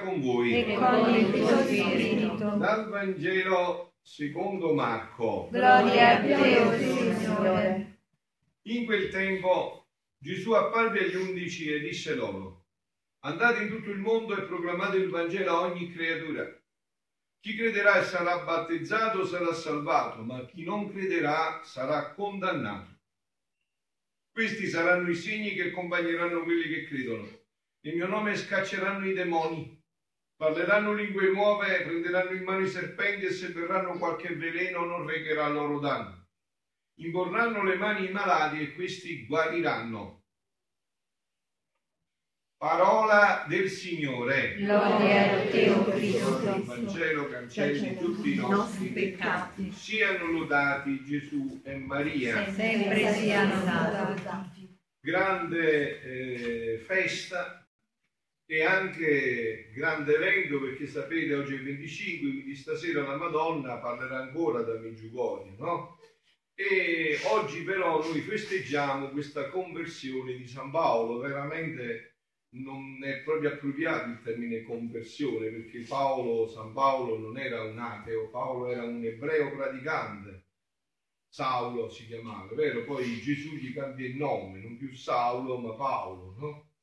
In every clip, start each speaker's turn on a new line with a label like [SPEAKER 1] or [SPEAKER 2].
[SPEAKER 1] con voi.
[SPEAKER 2] E con il tuo spirito.
[SPEAKER 1] Dal Vangelo secondo Marco.
[SPEAKER 2] Gloria a te, o Signore.
[SPEAKER 1] In quel tempo Gesù apparve agli 11 e disse loro: andate in tutto il mondo e proclamate il Vangelo a ogni creatura. Chi crederà e sarà battezzato sarà salvato, ma chi non crederà sarà condannato. Questi saranno i segni che accompagneranno quelli che credono. Nel mio nome scacceranno i demoni, parleranno lingue nuove, prenderanno in mano i serpenti e se berranno qualche veleno non recherà loro danno. Imporranno le mani ai malati e questi guariranno. Parola del Signore.
[SPEAKER 2] Gloria a te, o Cristo.
[SPEAKER 1] Il Vangelo cancelli tutti i nostri
[SPEAKER 2] peccati.
[SPEAKER 1] Siano lodati Gesù e Maria.
[SPEAKER 2] Sempre siano lodati.
[SPEAKER 1] Grande festa e anche grande evento, perché sapete oggi è il 25, quindi stasera la Madonna parlerà ancora da Meggiugorio, no? E oggi però noi festeggiamo questa conversione di San Paolo. Veramente non è proprio appropriato il termine conversione, perché San Paolo non era un ateo, Paolo era un ebreo praticante. Saulo si chiamava, vero? Poi Gesù gli cambia il nome, non più Saulo ma Paolo, no?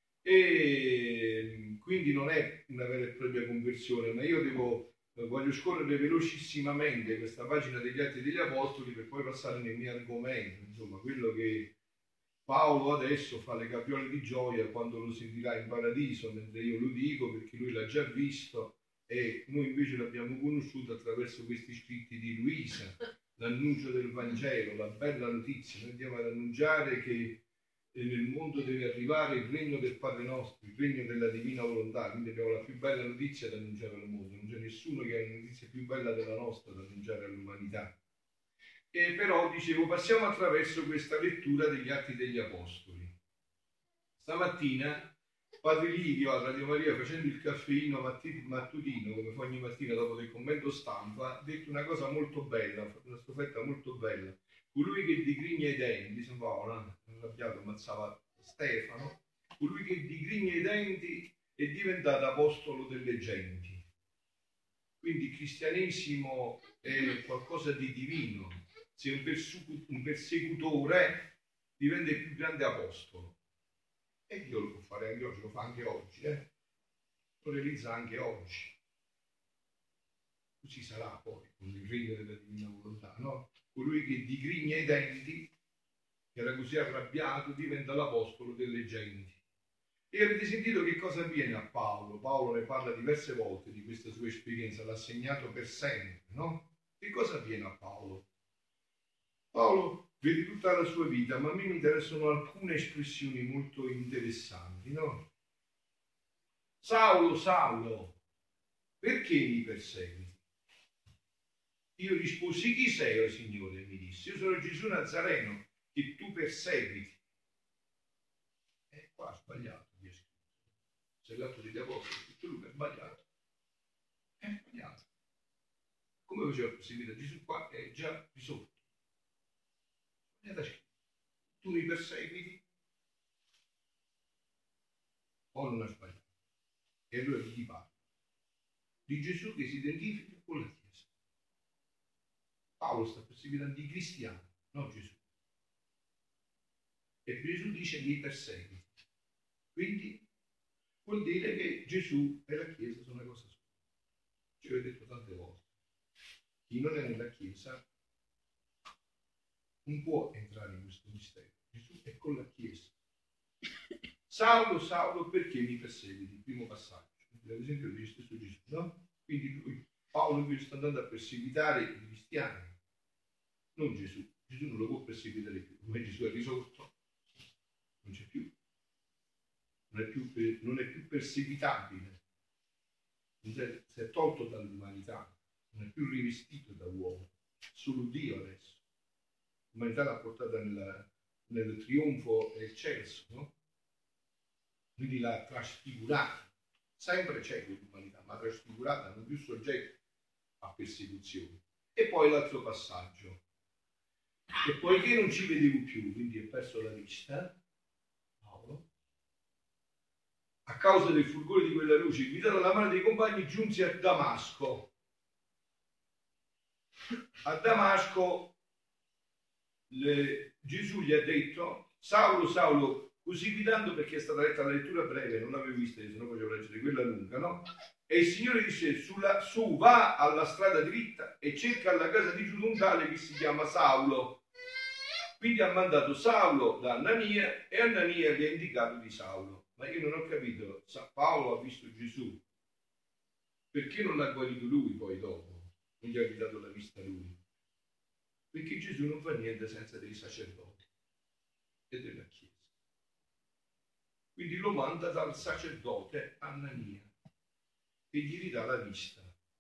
[SPEAKER 1] E quindi non è una vera e propria conversione, ma io voglio scorrere velocissimamente questa pagina degli Atti degli Apostoli per poi passare nel mio argomento, insomma, quello che Paolo adesso fa le capriole di gioia quando lo sentirà in paradiso, mentre io lo dico perché lui l'ha già visto e noi invece l'abbiamo conosciuto attraverso questi scritti di Luisa, l'annuncio del Vangelo, la bella notizia. Noi andiamo ad annunciare che nel mondo deve arrivare il regno del Padre nostro, il regno della divina volontà, quindi abbiamo la più bella notizia da annunciare al mondo, non c'è nessuno che ha una notizia più bella della nostra da annunciare all'umanità. E però, dicevo, passiamo attraverso questa lettura degli Atti degli Apostoli. Stamattina Padre Livio a Radio Maria, facendo il caffeino mattutino, come fa ogni mattina dopo del commento stampa, ha detto una cosa molto bella, ha fatto una stofetta molto bella. Colui che digrigna i denti, San Paolo, arrabbiato, ammazzava Stefano, colui che digrigna i denti è diventato apostolo delle genti. Quindi il cristianesimo è qualcosa di divino. Se un persecutore diventa il più grande apostolo. E Dio lo può fare anche oggi, lo fa anche oggi, lo realizza anche oggi. Così sarà poi con il regno della divina volontà, no? Colui che digrigna i denti, che era così arrabbiato, diventa l'apostolo delle genti. E avete sentito che cosa avviene a Paolo? Paolo ne parla diverse volte di questa sua esperienza, l'ha segnato per sempre, no? Che cosa avviene a Paolo? Paolo vede tutta la sua vita, ma a me mi interessano alcune espressioni molto interessanti, no? Saulo, Saulo, perché mi perseguiti? Io risposi: chi sei, o Signore? Mi disse: io sono Gesù Nazareno, che tu perseguiti. E qua ha sbagliato, Dio scritto. Se l'atto degli apostoli, scritto Luca, è sbagliato. È sbagliato. Come faceva a perseguire Gesù? Qua è già di sotto. Tu mi perseguiti? O non ha sbagliato? E allora gli parla di Gesù che si identifica con la Chiesa. Paolo sta perseguitando i cristiani, non Gesù. E Gesù dice: mi perseguiti. Quindi vuol dire che Gesù e la Chiesa sono una cosa sola. Ci ho detto tante volte. Chi non è nella Chiesa non può entrare in questo mistero. Gesù è con la Chiesa. Saulo, Saulo, perché mi perseguiti? Il primo passaggio. Ad esempio dice stesso Gesù, no? Quindi Paolo invece sta andando a perseguitare i cristiani, non Gesù. Gesù non lo può perseguitare più. Come Gesù è risorto, non c'è più. Non è più perseguitabile. Si è tolto dall'umanità, non è più rivestito da uomo. Solo Dio adesso. L'umanità l'ha portata nel trionfo eccelso, no? Quindi l'ha trasfigurata. Sempre c'è quell'umanità, ma trasfigurata, non più soggetto a persecuzioni. E poi l'altro passaggio. E poiché non ci vedevo più, quindi ho perso la vista, Paolo, a causa del fulgore di quella luce, guidato dalla mano dei compagni, giunse a Damasco. A Damasco Gesù gli ha detto: Saulo, Saulo, così guidando, perché è stata letta la lettura breve, non l'avevo vista, se no facevo leggere quella lunga, no? E il Signore disse: su, va alla strada dritta e cerca alla casa di Giuda un tale che si chiama Saulo. Quindi ha mandato Saulo da Anania e Anania gli ha indicato di Saulo. Ma io non ho capito, Paolo ha visto Gesù, perché non l'ha guarito lui poi dopo? Non gli ha dato la vista lui? Perché Gesù non fa niente senza dei sacerdoti e della Chiesa. Quindi lo manda dal sacerdote Anania e gli ridà la vista.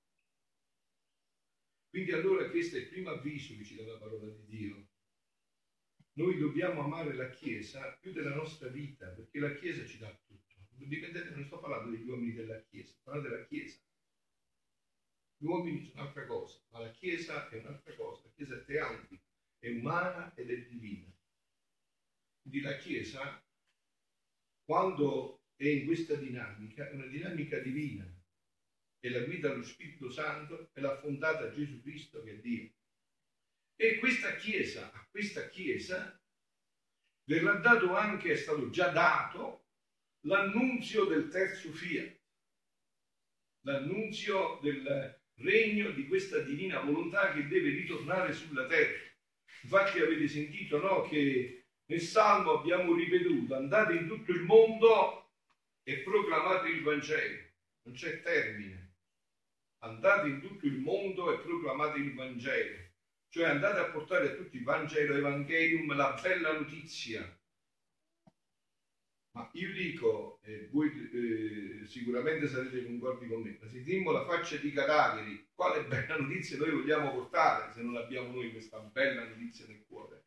[SPEAKER 1] Quindi allora questo è il primo avviso che ci dà la parola di Dio. Noi dobbiamo amare la Chiesa più della nostra vita, perché la Chiesa ci dà tutto. Dipendete, non sto parlando degli uomini della Chiesa, sto parlando della Chiesa. Gli uomini sono un'altra cosa, ma la Chiesa è un'altra cosa. La Chiesa è teantica, è umana ed è divina. Quindi la Chiesa, quando è in questa dinamica, è una dinamica divina. E la guida allo Spirito Santo e l'ha fondata Gesù Cristo, che è Dio. E a questa Chiesa verrà dato anche, è stato già dato, l'annunzio del terzo fiat, l'annunzio del regno di questa divina volontà che deve ritornare sulla terra. Infatti avete sentito, no, che nel Salmo abbiamo ripetuto: andate in tutto il mondo e proclamate il Vangelo. Non c'è termine. Andate in tutto il mondo e proclamate il Vangelo. Cioè andate a portare a tutti il Vangelo, Evangelium, la bella notizia. Ma io dico, voi sicuramente sarete concordi con me, ma se dimmo la faccia di cadaveri, quale bella notizia noi vogliamo portare se non abbiamo noi questa bella notizia nel cuore?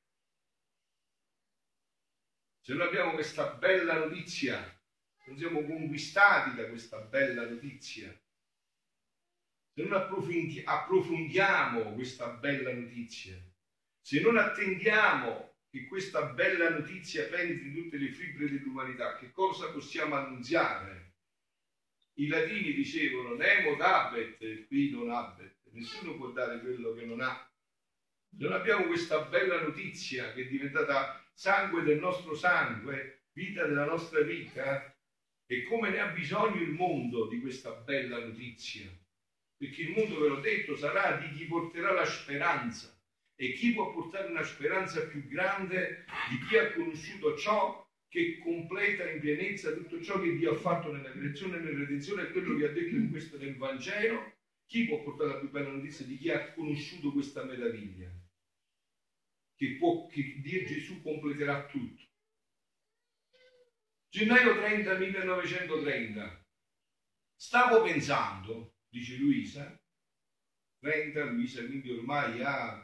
[SPEAKER 1] Se non abbiamo questa bella notizia, non siamo conquistati da questa bella notizia, se non approfondiamo questa bella notizia, se non attendiamo che questa bella notizia penetri in tutte le fibre dell'umanità, che cosa possiamo annunziare? I latini dicevano nemo dabet, qui non habet. Nessuno può dare quello che non ha. Non abbiamo questa bella notizia che è diventata sangue del nostro sangue, vita della nostra vita, e come ne ha bisogno il mondo di questa bella notizia. Perché il mondo, ve l'ho detto, sarà di chi porterà la speranza. E chi può portare una speranza più grande di chi ha conosciuto ciò che completa in pienezza tutto ciò che Dio ha fatto nella creazione e nella redenzione, e quello che ha detto in questo nel Vangelo? Chi può portare la più bella notizia di chi ha conosciuto questa meraviglia? Che Dio Gesù completerà tutto. Gennaio 30, 1930. Stavo pensando, dice Luisa, 30, Luisa quindi ormai ha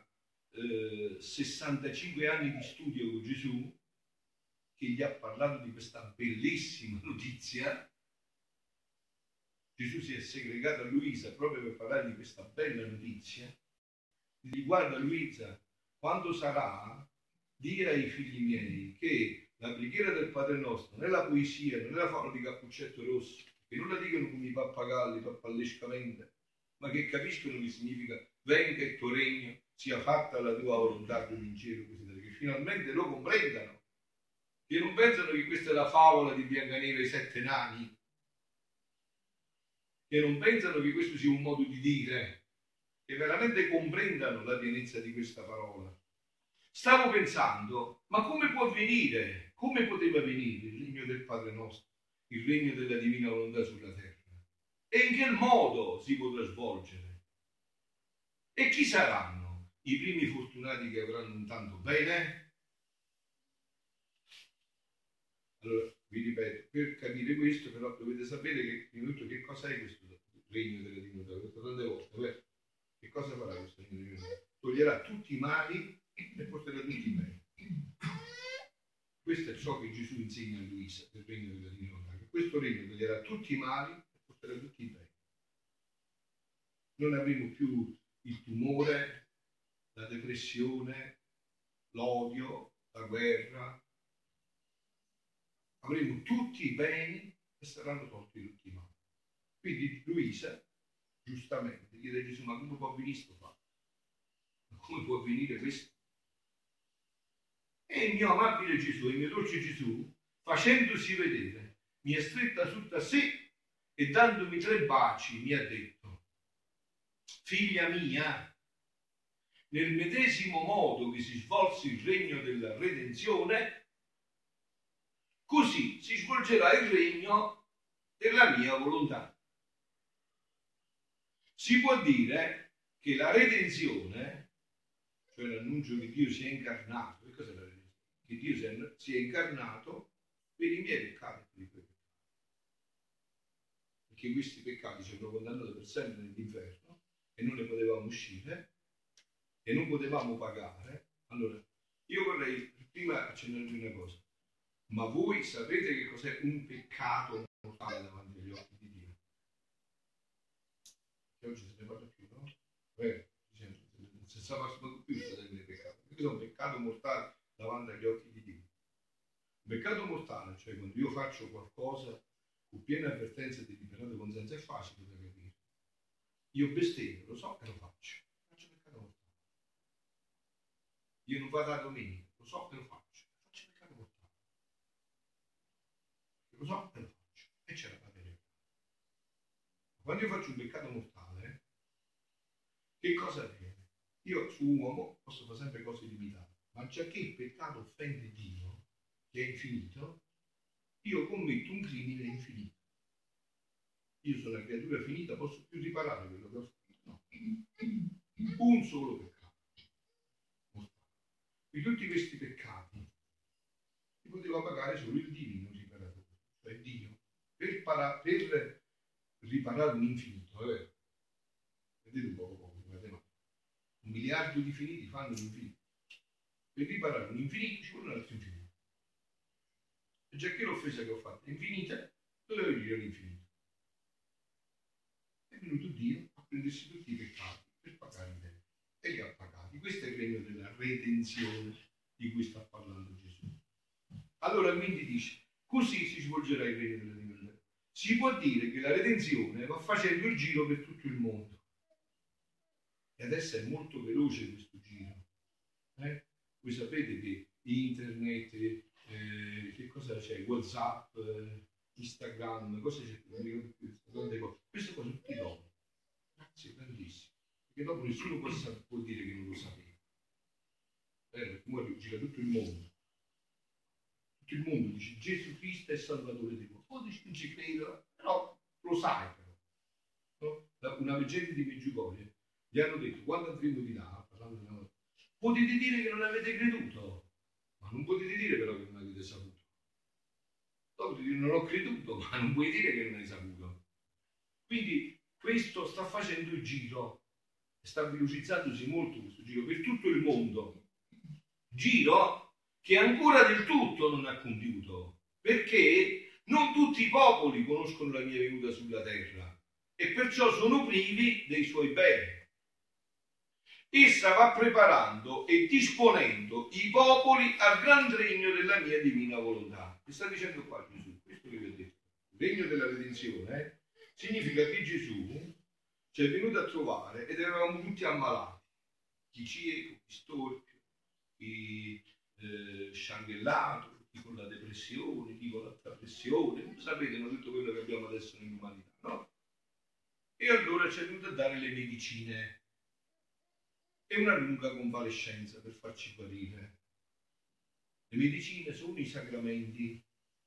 [SPEAKER 1] 65 anni di studio con Gesù, che gli ha parlato di questa bellissima notizia. Gesù si è segregato a Luisa proprio per parlare di questa bella notizia. Gli guarda Luisa, quando sarà, dire ai figli miei che la preghiera del Padre nostro, né la poesia, né la favola di Cappuccetto Rosso, che non la dicono come i pappagalli, pappallescamente, ma che capiscono che significa venga il tuo regno, sia fatta la tua volontà come in cielo così terra, che finalmente lo comprendano, che non pensano che questa è la favola di Biancaneve e i 7 nani, che non pensano che questo sia un modo di dire, che veramente comprendano la pienezza di questa parola. Stavo pensando, ma come può avvenire, come poteva venire il regno del Padre nostro, il regno della divina volontà sulla terra? E in che modo si potrà svolgere? E chi saranno i primi fortunati che avranno un tanto bene? Allora, vi ripeto, per capire questo però dovete sapere che, prima di tutto, che cosa è questo regno della divinità. L'ho detto tante volte, che cosa farà questo regno della divinità? Toglierà tutti i mali e porterà tutti i beni. Questo è ciò che Gesù insegna a Luisa del regno della divinità, che questo regno toglierà tutti i mali e porterà tutti i beni. Non avremo più il tumore, la depressione, l'odio, la guerra. Avremo tutti i beni e e saranno tolti tutti i mali. Quindi Luisa, giustamente, chiede a Gesù, ma come può avvenire questo fatto? Ma come può avvenire questo? E il mio amabile Gesù, il mio dolce Gesù, facendosi vedere, mi è stretta sotto a sé e dandomi 3 baci mi ha detto: figlia mia, nel medesimo modo che si svolse il regno della redenzione, così si svolgerà il regno della mia volontà. Si può dire che la redenzione, cioè l'annuncio che Dio si è incarnato, che cos'è la redenzione? Che Dio si è incarnato per i miei peccati e per i tuoi peccati. Perché questi peccati ci hanno condannato per sempre nell'inferno e non ne potevamo uscire e non potevamo pagare. Allora, io vorrei prima accennarvi una cosa. Ma voi sapete che cos'è un peccato mortale davanti agli occhi di Dio? Che oggi se ne parla più, no? Non si sa più del peccato. Questo è un peccato mortale davanti agli occhi di Dio. Un peccato mortale, cioè quando io faccio qualcosa con piena avvertenza di liberato consenso, è facile da capire. Io bestemmio, lo so che lo faccio peccato mortale. Io non vado a domenica, lo so che lo faccio peccato mortale. Lo so che lo faccio e c'è la materia. Quando io faccio un peccato mortale, che cosa avviene? Io su un uomo posso fare sempre cose limitate, ma già che il peccato offende Dio, che è infinito, io commetto un crimine infinito. Io sono una creatura finita, posso più riparare quello che ho fatto? No. Un solo peccato mortale. Di tutti questi peccati si poteva pagare solo il divino riparatore, cioè Dio, per riparare un infinito, è vero? Vedete un poco matematica. 1 miliardo di finiti fanno un infinito. Per riparare un infinito ci vuole un altro infinito. E già che l'offesa che ho fatto è infinita, dovevo dire l'infinito. È venuto Dio a prendersi tutti i peccati per pagare i debiti. E li ha pagati. Questo è il regno della redenzione di cui sta parlando Gesù. Allora quindi dice, così si svolgerà il regno della redenzione. Si può dire che la redenzione va facendo il giro per tutto il mondo. E adesso è molto veloce questo giro. Voi sapete che internet, che cosa c'è? WhatsApp, Instagram, cosa c'è? Non ricordo più, tante cose. Queste cose tutti dopo. Grazie, tantissimo. Perché dopo nessuno può dire che non lo sapeva. Perché ora gira tutto il mondo. Tutto il mondo dice Gesù Cristo è Salvatore di voi. Poi dici non ci credo, però lo sai però. No? Una veggente di Meggiugorie gli hanno detto, quando andremo di là, parlando di una, potete dire che non avete creduto, ma non potete dire però che non avete saputo. Dopo ti dire non ho creduto, ma non puoi dire che non hai saputo. Quindi questo sta facendo il giro, sta velocizzandosi molto questo giro per tutto il mondo. Giro che ancora del tutto non ha compiuto, perché non tutti i popoli conoscono la mia venuta sulla terra e perciò sono privi dei suoi beni. Essa va preparando e disponendo i popoli al gran regno della mia divina volontà. Mi sta dicendo qua Gesù, questo che vi ho detto. Il regno della redenzione significa che Gesù ci è venuto a trovare ed eravamo tutti ammalati. Chi cieco, chi storpio, chi sciangellato, chi con la depressione, chi con l'alta pressione. Sapete, no, tutto quello che abbiamo adesso nell'umanità, no? E allora ci è venuto a dare le medicine e una lunga convalescenza per farci guarire. Le medicine sono i sacramenti.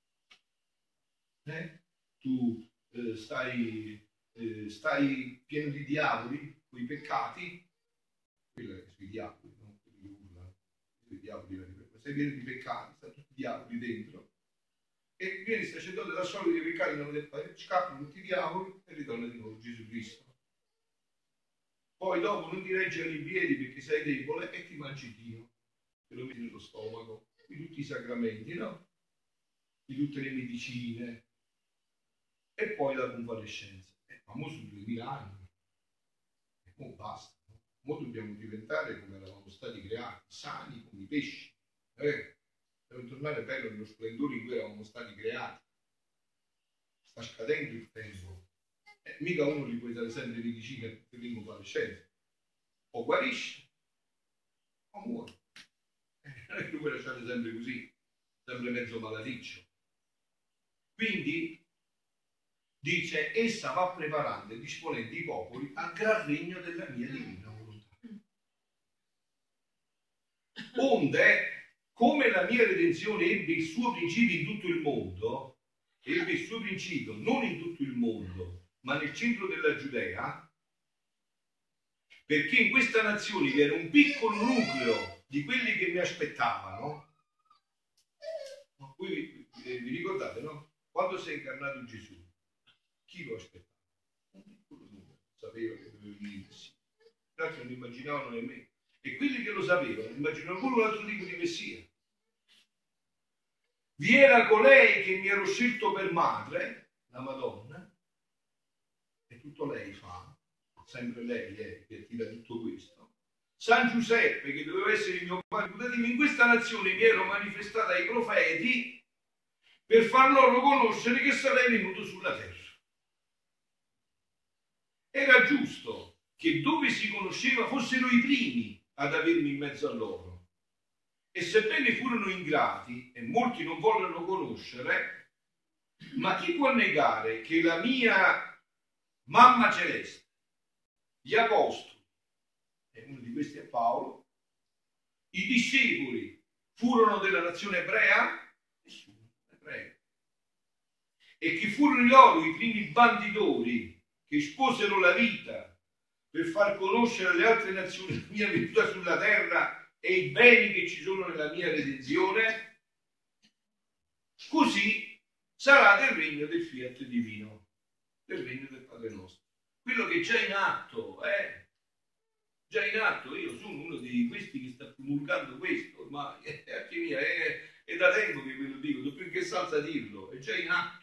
[SPEAKER 1] Tu stai pieno di diavoli, con i peccati, quello è sui diavoli, no? Quelli che urlano, sui diavoli, stai pieno di peccati, stanno tutti i diavoli dentro. E viene il sacerdote da solo i peccati, non li fa, scappano tutti i diavoli e ritorna di nuovo Gesù Cristo. Poi dopo non ti reggere in piedi perché sei debole e ti mangi Dio, te lo metti nello stomaco, di tutti i sacramenti, no? Di tutte le medicine. E poi la convalescenza. Ma su 2000 anni. E poi basta. No? Ora dobbiamo diventare come eravamo stati creati, sani come i pesci. Dobbiamo tornare bello nello splendore in cui eravamo stati creati. sta scadendo il tempo. Mica uno gli puoi dare sempre medicina per l'inconvalescenza. O guarisce o muore. Non è che lo puoi lasciare sempre così, sempre mezzo malaticcio. Quindi dice: essa va preparando e disponendo i popoli al gran regno della mia divina volontà. Onde, come la mia redenzione ebbe il suo principio in tutto il mondo, ebbe il suo principio non in tutto il mondo, ma nel centro della Giudea, perché in questa nazione vi era un piccolo nucleo di quelli che mi aspettavano. Voi vi ricordate, no? Quando si è incarnato Gesù, chi lo aspettava? Un piccolo nucleo, sapeva che doveva venire il Messia. Gli altri non immaginavano nemmeno. E quelli che lo sapevano immaginavano pure un altro tipo di Messia. Vi era colei che mi ero scelto per madre, la Madonna, e tutto lei fa, sempre lei è che tira tutto questo. San Giuseppe, che doveva essere il mio padre putativo, in questa nazione mi ero manifestata ai profeti per far loro conoscere che sarei venuto sulla terra. Era giusto che dove si conosceva fossero i primi ad avermi in mezzo a loro. E sebbene furono ingrati e molti non vollero conoscere, ma chi può negare che la mia mamma celeste, gli apostoli, e uno di questi è Paolo, i discepoli furono della nazione ebrea? Nessuno, ebrei. E chi furono loro i primi banditori che esposero la vita per far conoscere alle altre nazioni la mia venuta sulla terra e i beni che ci sono nella mia redenzione? Così sarà del regno del fiat divino, del regno del Padre nostro. Quello che è già in atto, già in atto. Io sono uno di questi che sta promulgando questo, ormai è da tempo che ve lo dico, dopo in che salsa dirlo, è già in atto.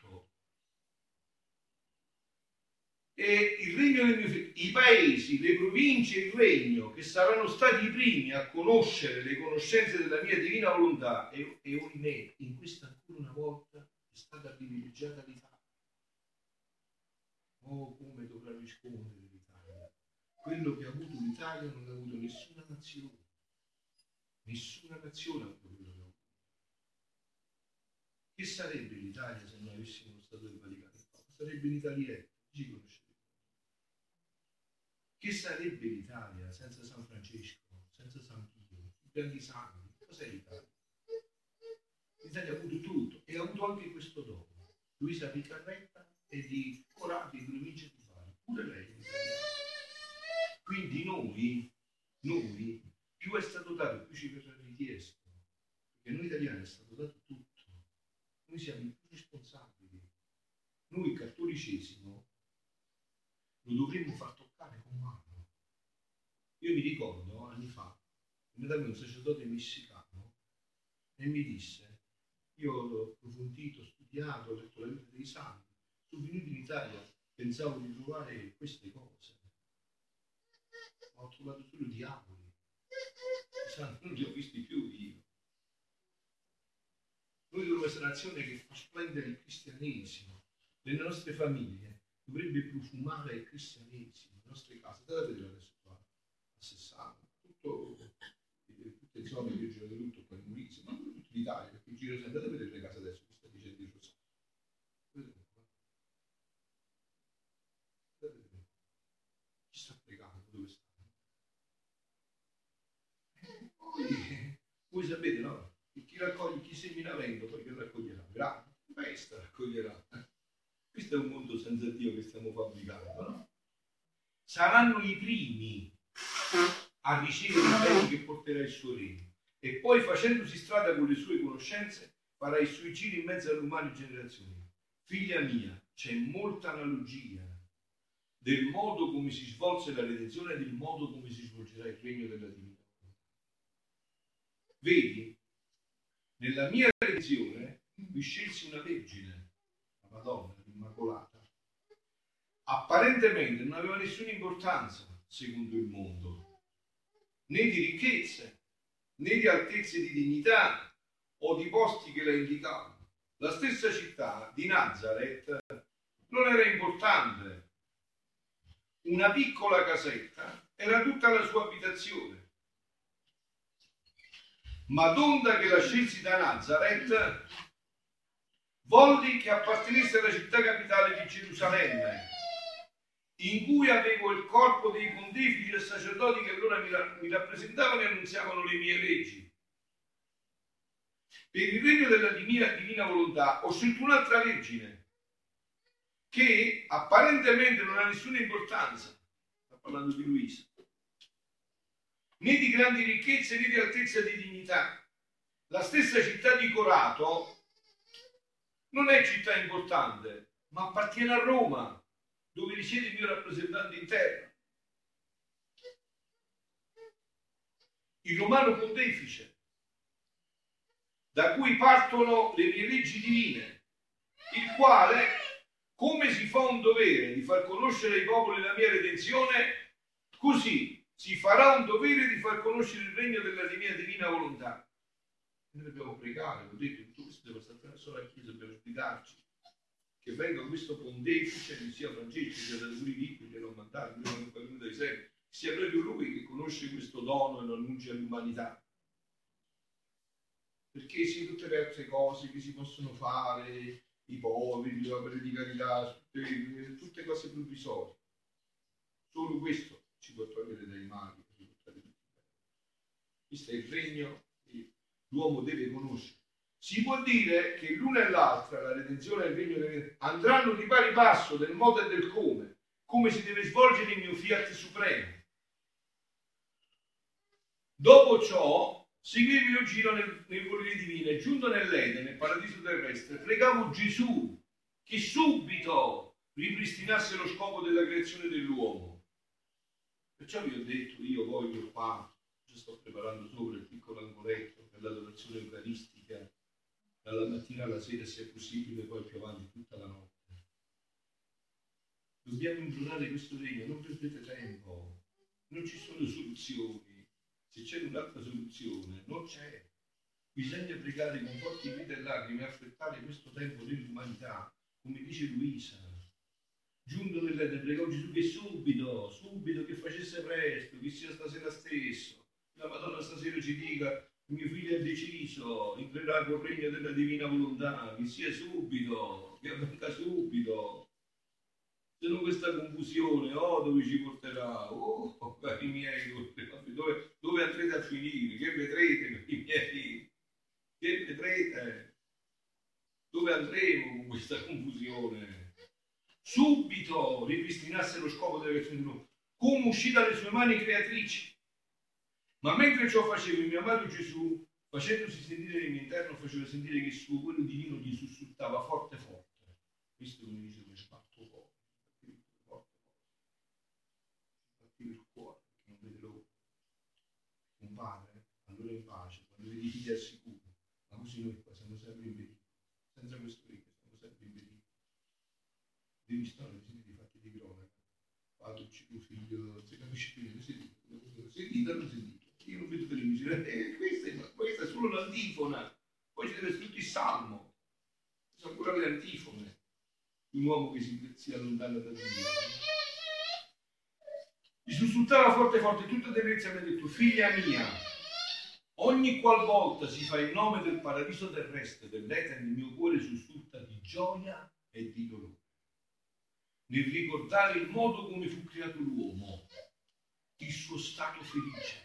[SPEAKER 1] E il regno del mio figlio, i paesi, le province, il regno che saranno stati i primi a conoscere le conoscenze della mia divina volontà, e ohimè, in questa ancora una volta è stata privilegiata l'Italia. Oh, come dovrà rispondere l'Italia? Quello che ha avuto l'Italia non ha avuto nessuna nazione. Nessuna nazione ha avuto quello che ha avuto. Che sarebbe l'Italia se non avessimo lo Stato del Vaticano? Sarebbe l'Italietta, ci conoscete. Che sarebbe l'Italia senza San Francesco, senza San Pio, i grandi santi? Cos'è l'Italia? L'Italia ha avuto tutto e ha avuto anche questo dono. Luisa Piccarretta e di Corati, di provincia di Bari, pure lei è italiana. Quindi noi, più è stato dato, più ci verrà richiesto, perché noi italiani è stato dato tutto. Noi siamo i più responsabili. Noi il cattolicesimo lo dovremmo far toccare con mano. Io mi ricordo, anni fa, mi da me un sacerdote messicano e mi disse: io ho approfondito, ho studiato, ho letto la vita dei santi, sono venuto in Italia, pensavo di trovare queste cose, ma ho trovato solo diavoli. I santi non li ho visti più io. Noi dobbiamo essere un'azione che fa splendere il cristianesimo. Le nostre famiglie dovrebbe profumare il cristianesimo, le nostre case. Andate a vedere adesso qua, a 60, tutte zone che girano tutto qua in Molise, ma non tutta l'Italia, perché giro sempre. Andate a vedere le case adesso, che sta dicendo il Rosario. Chi sta pregando? Dove sta? Voi sapete, no? Che chi raccoglie, chi semina vento, poi che raccoglierà? Verrà, questa raccoglierà. Questo è un mondo senza Dio che stiamo fabbricando, no? Saranno i primi a ricevere i beni che porterà il suo regno, e poi, facendosi strada con le sue conoscenze, farà i suoi giri in mezzo alle umane generazioni. Figlia mia, c'è molta analogia del modo come si svolse la redenzione e del modo come si svolgerà il regno della divinità. Vedi, nella mia redenzione vi scelsi una vergine, la Madonna, l'Immacolata. Apparentemente non aveva nessuna importanza, secondo il mondo, né di ricchezze, né di altezze di dignità o di posti che la indicavano. La stessa città di Nazareth non era importante. Una piccola casetta era tutta la sua abitazione. Ma d'onda che la scelsi da Nazareth, volli che appartenesse alla città capitale di Gerusalemme, in cui avevo il corpo dei pontefici e sacerdoti che allora mi rappresentavano e annunziavano le mie leggi. Per il regno della divina volontà ho scelto un'altra vergine, che apparentemente non ha nessuna importanza, sta parlando di Luisa, né di grandi ricchezze né di altezza di dignità. La stessa città di Corato non è città importante, ma appartiene a Roma, dove risiede il mio rappresentante in terra, il romano pontefice, da cui partono le mie leggi divine, il quale, come si fa un dovere di far conoscere ai popoli la mia redenzione, così si farà un dovere di far conoscere il regno della mia divina volontà. Noi dobbiamo pregare, ho detto, tutto questo deve stare attraverso la Chiesa per spiegarci che venga questo pontefice, che sia Francesco, che sia da Zurigo, che l'ho mandato, che non parlo dai secoli, sia proprio lui che conosce questo dono e lo annuncia all'umanità. Perché sì, tutte le altre cose che si possono fare, i poveri, le opere di carità, tutte cose provvisorie. Solo questo ci può togliere dai mali. Questo è il regno che l'uomo deve conoscere. Si può dire che l'una e l'altra, la redenzione e il regno, andranno di pari passo del modo e del come si deve svolgere il mio fiat supremo. Dopo ciò, seguì il mio giro nel volere divino e giunto nell'Eden, nel paradiso terrestre, pregavo Gesù che subito ripristinasse lo scopo della creazione dell'uomo. Perciò vi ho detto, io voglio qua, ci sto preparando sopra il piccolo angoletto per l'adorazione eucaristica, dalla mattina alla sera se è possibile, poi più avanti tutta la notte. Dobbiamo implorare questo regno, non perdete tempo, non ci sono soluzioni. Se c'è un'altra soluzione, non c'è. Bisogna pregare con forti grida e lacrime e affrettare questo tempo dell'umanità, come dice Luisa. Giunto nell'Eden, pregò Gesù che subito, che facesse presto, che sia stasera stesso. La Madonna stasera ci dica, mio figlio è deciso, entrerà col regno della divina volontà, che sia subito, che avvenga subito. Se no questa confusione, dove ci porterà? Oh, cari miei, dove andrete a finire? Che vedrete, cari miei? Che vedrete? Dove andremo con questa confusione? Subito ripristinasse lo scopo della creazione dell'uomo, come uscì dalle sue mani creatrici. Ma mentre ciò faceva il mio amato Gesù, facendosi sentire nel mio interno, faceva sentire che il suo quello divino gli sussultava forte forte. Questo mi dice come sbatto fuori. Il cuore, che non vede l'ora. Un padre, allora in pace, quando vedi i figli al sicuro, ma così noi qua siamo sempre in pericolo. Senza questo regno siamo sempre in pericolo. Devi stare sentire i fatti di cronaca. Padre uccide un figlio, non si capisce più niente, sentite o non sentite? Io non vedo televisione, questa è solo l'antifona, poi ci deve essere tutto il salmo, sono ancora le antifone, un uomo che si allontana da Dio. Gli sussultava forte forte, tutta tenerezza mi ha detto, figlia mia, ogni qualvolta si fa il nome del paradiso terrestre, dell'Eden, il mio cuore sussulta di gioia e di dolore. Nel ricordare il modo come fu creato l'uomo, il suo stato felice,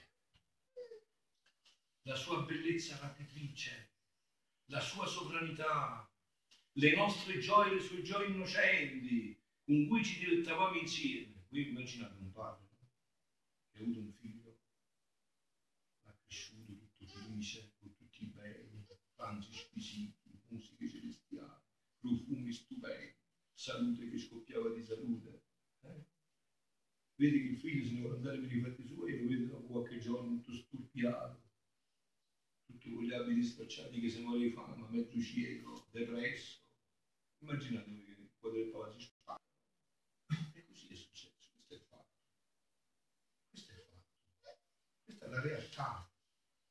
[SPEAKER 1] la sua bellezza rapitrice, la sua sovranità, le nostre gioie, le sue gioie innocenti, con cui ci dilettavamo insieme. Voi immaginate un padre che ha avuto un figlio, l'ha cresciuto tutto felice, con tutti i beni, pranzi squisiti, musiche celestiali, profumi stupendi, salute che scoppiava di salute. Vedi che il figlio se ne vuole andare per i fatti suoi e lo vede dopo qualche giorno tutto sturpiato, tutto con gli abiti stracciati che se muore di fame, mezzo cieco, depresso. Immaginatevi che il quadro del palazzo spacca. E così è successo, questo è il fatto. Questo è il fatto. Questa è la realtà.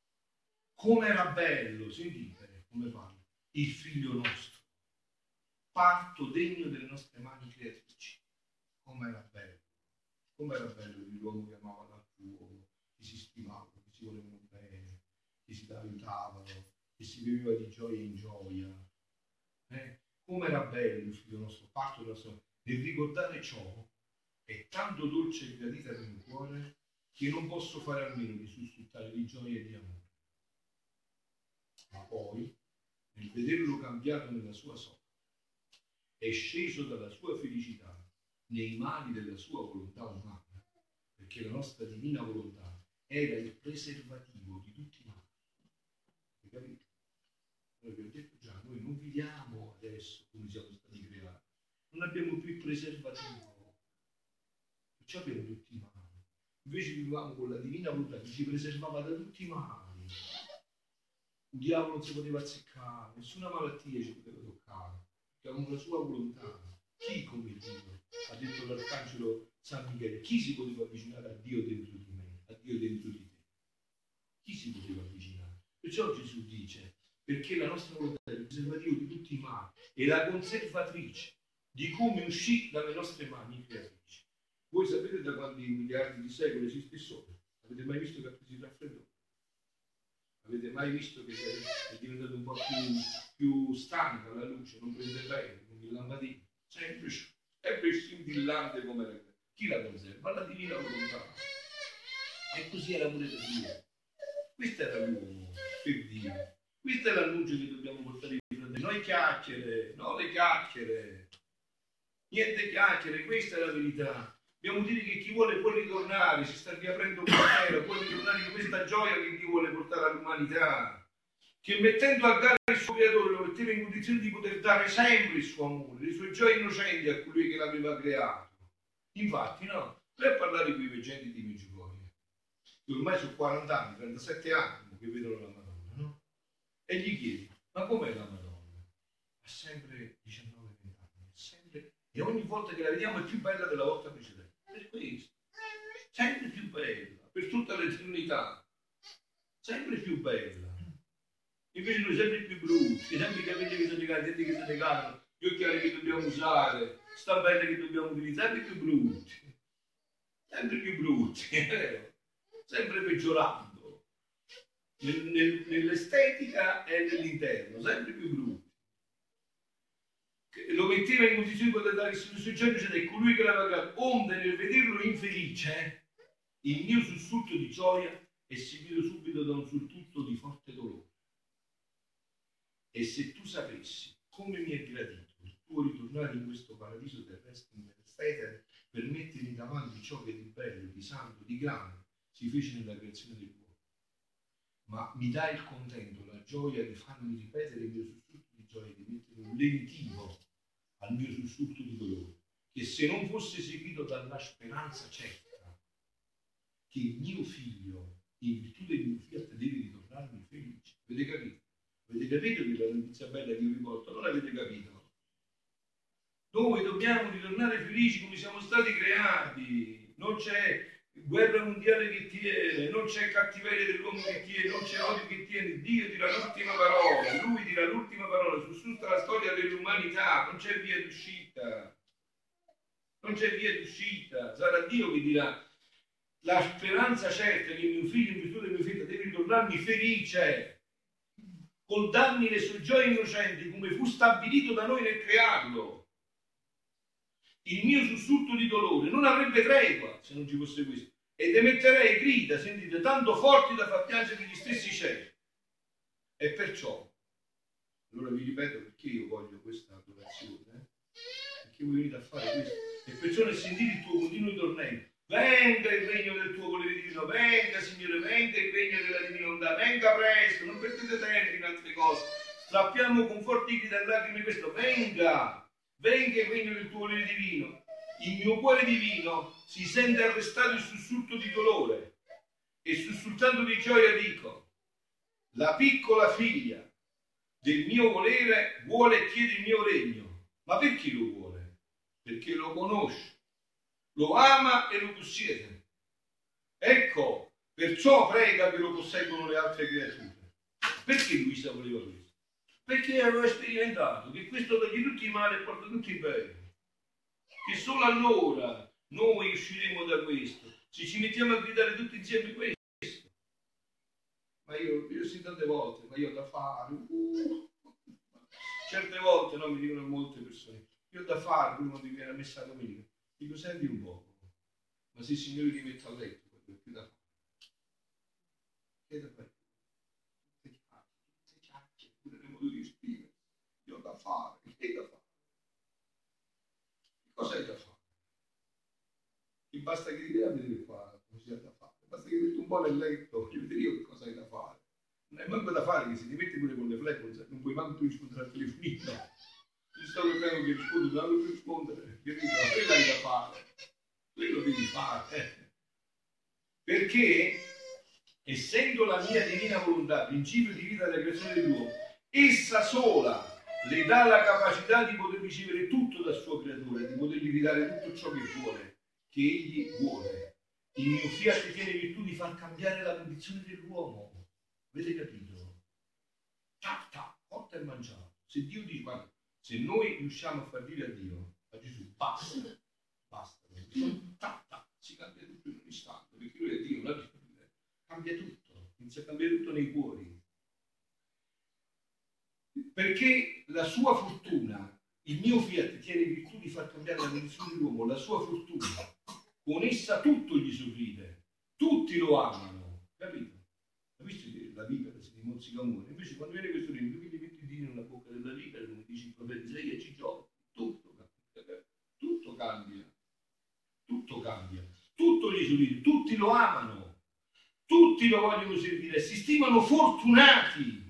[SPEAKER 1] Come era bello, sentite come parla, il figlio nostro. parto degno delle nostre mani creatrici. Com'era bello l'uomo che amava l'altro, che si stimava, che si volevano bene, che si aiutavano, che si viveva di gioia in gioia. Com'era bello il figlio nostro, parto del nostro. Nel ricordare ciò è tanto dolce e gradita nel mio cuore che non posso fare a meno di sussultare di gioia e di amore. Ma poi, nel vederlo cambiato nella sua sorte, è sceso dalla sua felicità nei mali della sua volontà umana, perché la nostra divina volontà era il preservativo di tutti i mali. Hai capito? Noi vi ho detto già, noi non viviamo adesso come siamo stati creati, non abbiamo più il preservativo, perciò abbiamo tutti i mali. Invece vivevamo con la divina volontà che ci preservava da tutti i mali. Il diavolo non si poteva azzeccare, nessuna malattia ci poteva toccare, perché avevamo la sua volontà. Chi come Dio? Ha detto l'arcangelo San Michele, chi si poteva avvicinare a Dio dentro di me, a Dio dentro di te? Chi si poteva avvicinare? Perciò Gesù dice, perché la nostra volontà è il preservativo di tutti i mali e la conservatrice di come uscì dalle nostre mani creatrici. Voi sapete da quanti miliardi di secoli esiste il Sole? Avete mai visto che si raffreddò? Avete mai visto che è diventato un po' più stanca la luce, non prende bene, con il lampadino? Sempre scintillante come la creatura. Chi la conserva? La divina volontà. E così era pure per Dio. Questo era l'uomo per Dio. Questo è l'annuncio che dobbiamo portare ai fratelli. Noi chiacchiere, no le chiacchiere. Niente chiacchiere, questa è la verità. Dobbiamo dire che chi vuole può ritornare, si sta riaprendo un cielo, può ritornare in questa gioia che Dio vuole portare all'umanità. Che mettendo a gara il suo creatore lo metteva in condizione di poter dare sempre il suo amore, le sue gioie innocenti a colui che l'aveva creato. Infatti, no, vai a parlare con i veggenti di Meggiugorie, che ormai sono 40 anni, 37 anni che vedono la Madonna, no? E gli chiedi, ma com'è la Madonna? Ha sempre 19-20 anni, sempre, e ogni volta che la vediamo è più bella della volta precedente. Per questo, sempre più bella, per tutta l'eternità, sempre più bella. Invece noi sempre più brutti, sempre i capelli che sono legati, che se ne cadono, gli occhiali che dobbiamo usare, stampelle che dobbiamo utilizzare, sempre più brutti, sempre peggiorando nell'estetica e nell'interno, sempre più brutti. Lo metteva in condizione di poter dare il suo genio, cioè colui che l'aveva creato, onde nel vederlo infelice, il mio sussulto di gioia è seguito subito da un sussulto di forte dolore. E se tu sapessi come mi è gradito il tuo ritornare in questo paradiso terrestre per mettermi davanti ciò che di bello, di santo, di grande si fece nella creazione dell'uomo, ma mi dà il contento, la gioia di farmi ripetere il mio sussulto di gioia, di mettere un lenitivo al mio sussulto di dolore, che se non fosse seguito dalla speranza certa che il mio figlio, in virtù del mio fiat, deve ritornarmi felice. Avete capito? Avete capito che la notizia bella che vi porto? Non avete capito? Noi dobbiamo ritornare felici come siamo stati creati. Non c'è guerra mondiale che tiene, non c'è cattiveria dell'uomo che tiene, non c'è odio che tiene. Dio dirà l'ultima parola, Lui dirà l'ultima parola su tutta la storia dell'umanità. Non c'è via d'uscita. Non c'è via d'uscita. Sarà Dio che dirà la speranza certa che mio figlio, in virtù del mio figlio, deve ritornarmi felice, col darmi le sue gioie innocenti come fu stabilito da noi nel crearlo. Il mio sussulto di dolore non avrebbe tregua se non ci fosse questo, ed emetterei grida, sentite, tanto forti da far piangere gli stessi cieli. E perciò, allora vi ripeto perché io voglio questa adorazione, perché voi venite a fare questo, e perciò nel sentire il tuo continuo ritornello, venga il regno del tuo volere divino, venga Signore, venga il regno della divina volontà, venga presto, non perdete tempo in altre cose, strappiamo con forti grida e lacrime questo, venga il regno del tuo volere divino. Il mio cuore divino si sente arrestato il sussulto di dolore e sussultando di gioia dico, la piccola figlia del mio volere vuole e chiede il mio regno. Ma perché lo vuole? Perché lo conosce, lo ama e lo possiede. Ecco, perciò prega che lo posseggono le altre creature. Perché Luisa voleva questo?
[SPEAKER 3] perché avevo sperimentato che questo toglie tutti i mali e porta tutti i bene, che solo allora noi usciremo da questo, se ci mettiamo a gridare tutti insieme questo. Ma io sì tante volte, ma io ho da fare, certe volte no, mi dicono molte persone, io ho da fare, prima di viene a messa domenica, dico senti un po', ma se il Signore ti mette a letto, più da fare. Che da fare? Tutte chiacchiere, pure nel modo di esprimere, io ho da fare, che da fare? Cosa hai da fare? Ti basta che ti vedi qua, non si ha da fare, basta che ti metti un po' nel letto, che vedi io che cosa hai da fare. Non hai manco da fare, che se ti metti pure con le flex, non puoi manco più rispondere al telefonino. Ti stavo prendendo che rispondo, non devo più rispondere, capito? Quello hai da fare, quello devi fare. Perché, essendo la mia divina volontà, principio di vita della creazione dell'uomo, essa sola le dà la capacità di poter ricevere tutto dal suo creatore, di potergli ridare tutto ciò che vuole, che egli vuole. Il mio fiat tiene virtù di far cambiare la condizione dell'uomo. Avete capito? Tac, tac, porta e mangiato. Se Dio dice, guarda, se noi riusciamo a far dire a Dio, a Gesù, basta, tac, tac, si cambia tutto in un istante, perché lui è Dio, non cambia tutto, inizia a cambiare tutto nei cuori. Perché la sua fortuna, il mio fiat tiene virtù di far cambiare la condizione dell'uomo, la sua fortuna, con essa tutto gli sorride, tutti lo amano, capito? Hai visto che la vipera si dimozzica amore? Invece quando viene questo regno, tu gli metti il dito nella bocca della vipera, come dice il profeta Isaia, ci giochi, tutto cambia, tutto cambia, tutto cambia, tutto gli sorride, tutti lo amano, tutti lo vogliono servire, si stimano fortunati.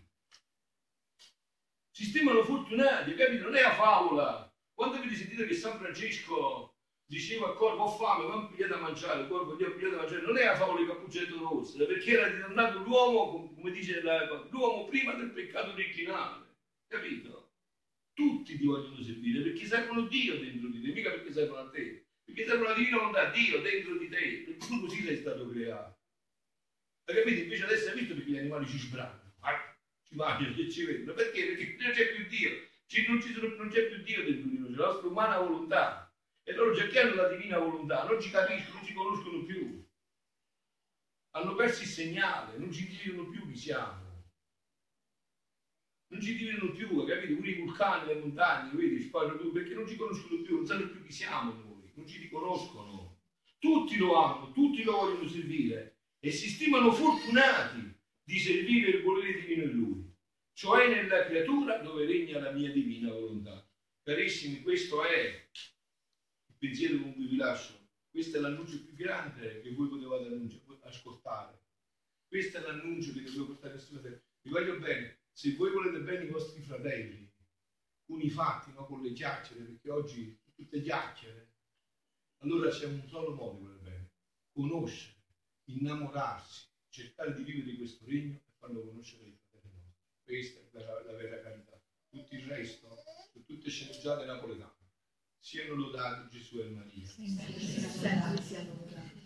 [SPEAKER 3] Si stimano fortunati, capito? Non è una favola. Quando avete sentito che San Francesco diceva al corvo ho fame, ma non pigliate da mangiare, il corvo gli ha pigliato da mangiare, non è una favola di Cappuccetto Rosso, perché era ritornato l'uomo, come dice l'uomo prima del peccato originale, capito? Tutti ti vogliono servire, perché servono Dio dentro di te, mica perché servono a te, perché servono la divina volontà, Dio dentro di te, perché tu così sei stato creato. Hai capito? Invece adesso hai visto perché gli animali ci sbrannano, ci mangiano, ci vedono, perché? Perché non c'è più Dio, non c'è più Dio dentro di noi, c'è la nostra umana volontà. E loro cercano la divina volontà, non ci capiscono, non ci conoscono più. Hanno perso il segnale, non ci dicono più chi siamo. Non ci dicono più, capito? Pure i vulcani, le montagne, vedi, sparano più, perché non ci conoscono più, non sanno più chi siamo noi, non ci riconoscono. Tutti lo amano, tutti lo vogliono servire e si stimano fortunati di servire il volere divino in lui, cioè nella creatura dove regna la mia divina volontà. Carissimi, questo è pensiero con cui vi lascio. Questo è l'annuncio più grande che voi potevate ascoltare. Questo è l'annuncio che dovevo portare a sulla terra. Vi voglio bene, se voi volete bene i vostri fratelli, con i fatti, no? Con le chiacchiere, perché oggi tutte chiacchiere, allora c'è un solo modo di volere bene: conoscere, innamorarsi, cercare di vivere questo regno e farlo conoscere ai fratelli nostri. Questa è la vera carità. Tutto il resto sono tutte sceneggiate napoletane. Siano lodati Gesù e Maria.
[SPEAKER 2] Sempre siano lodati.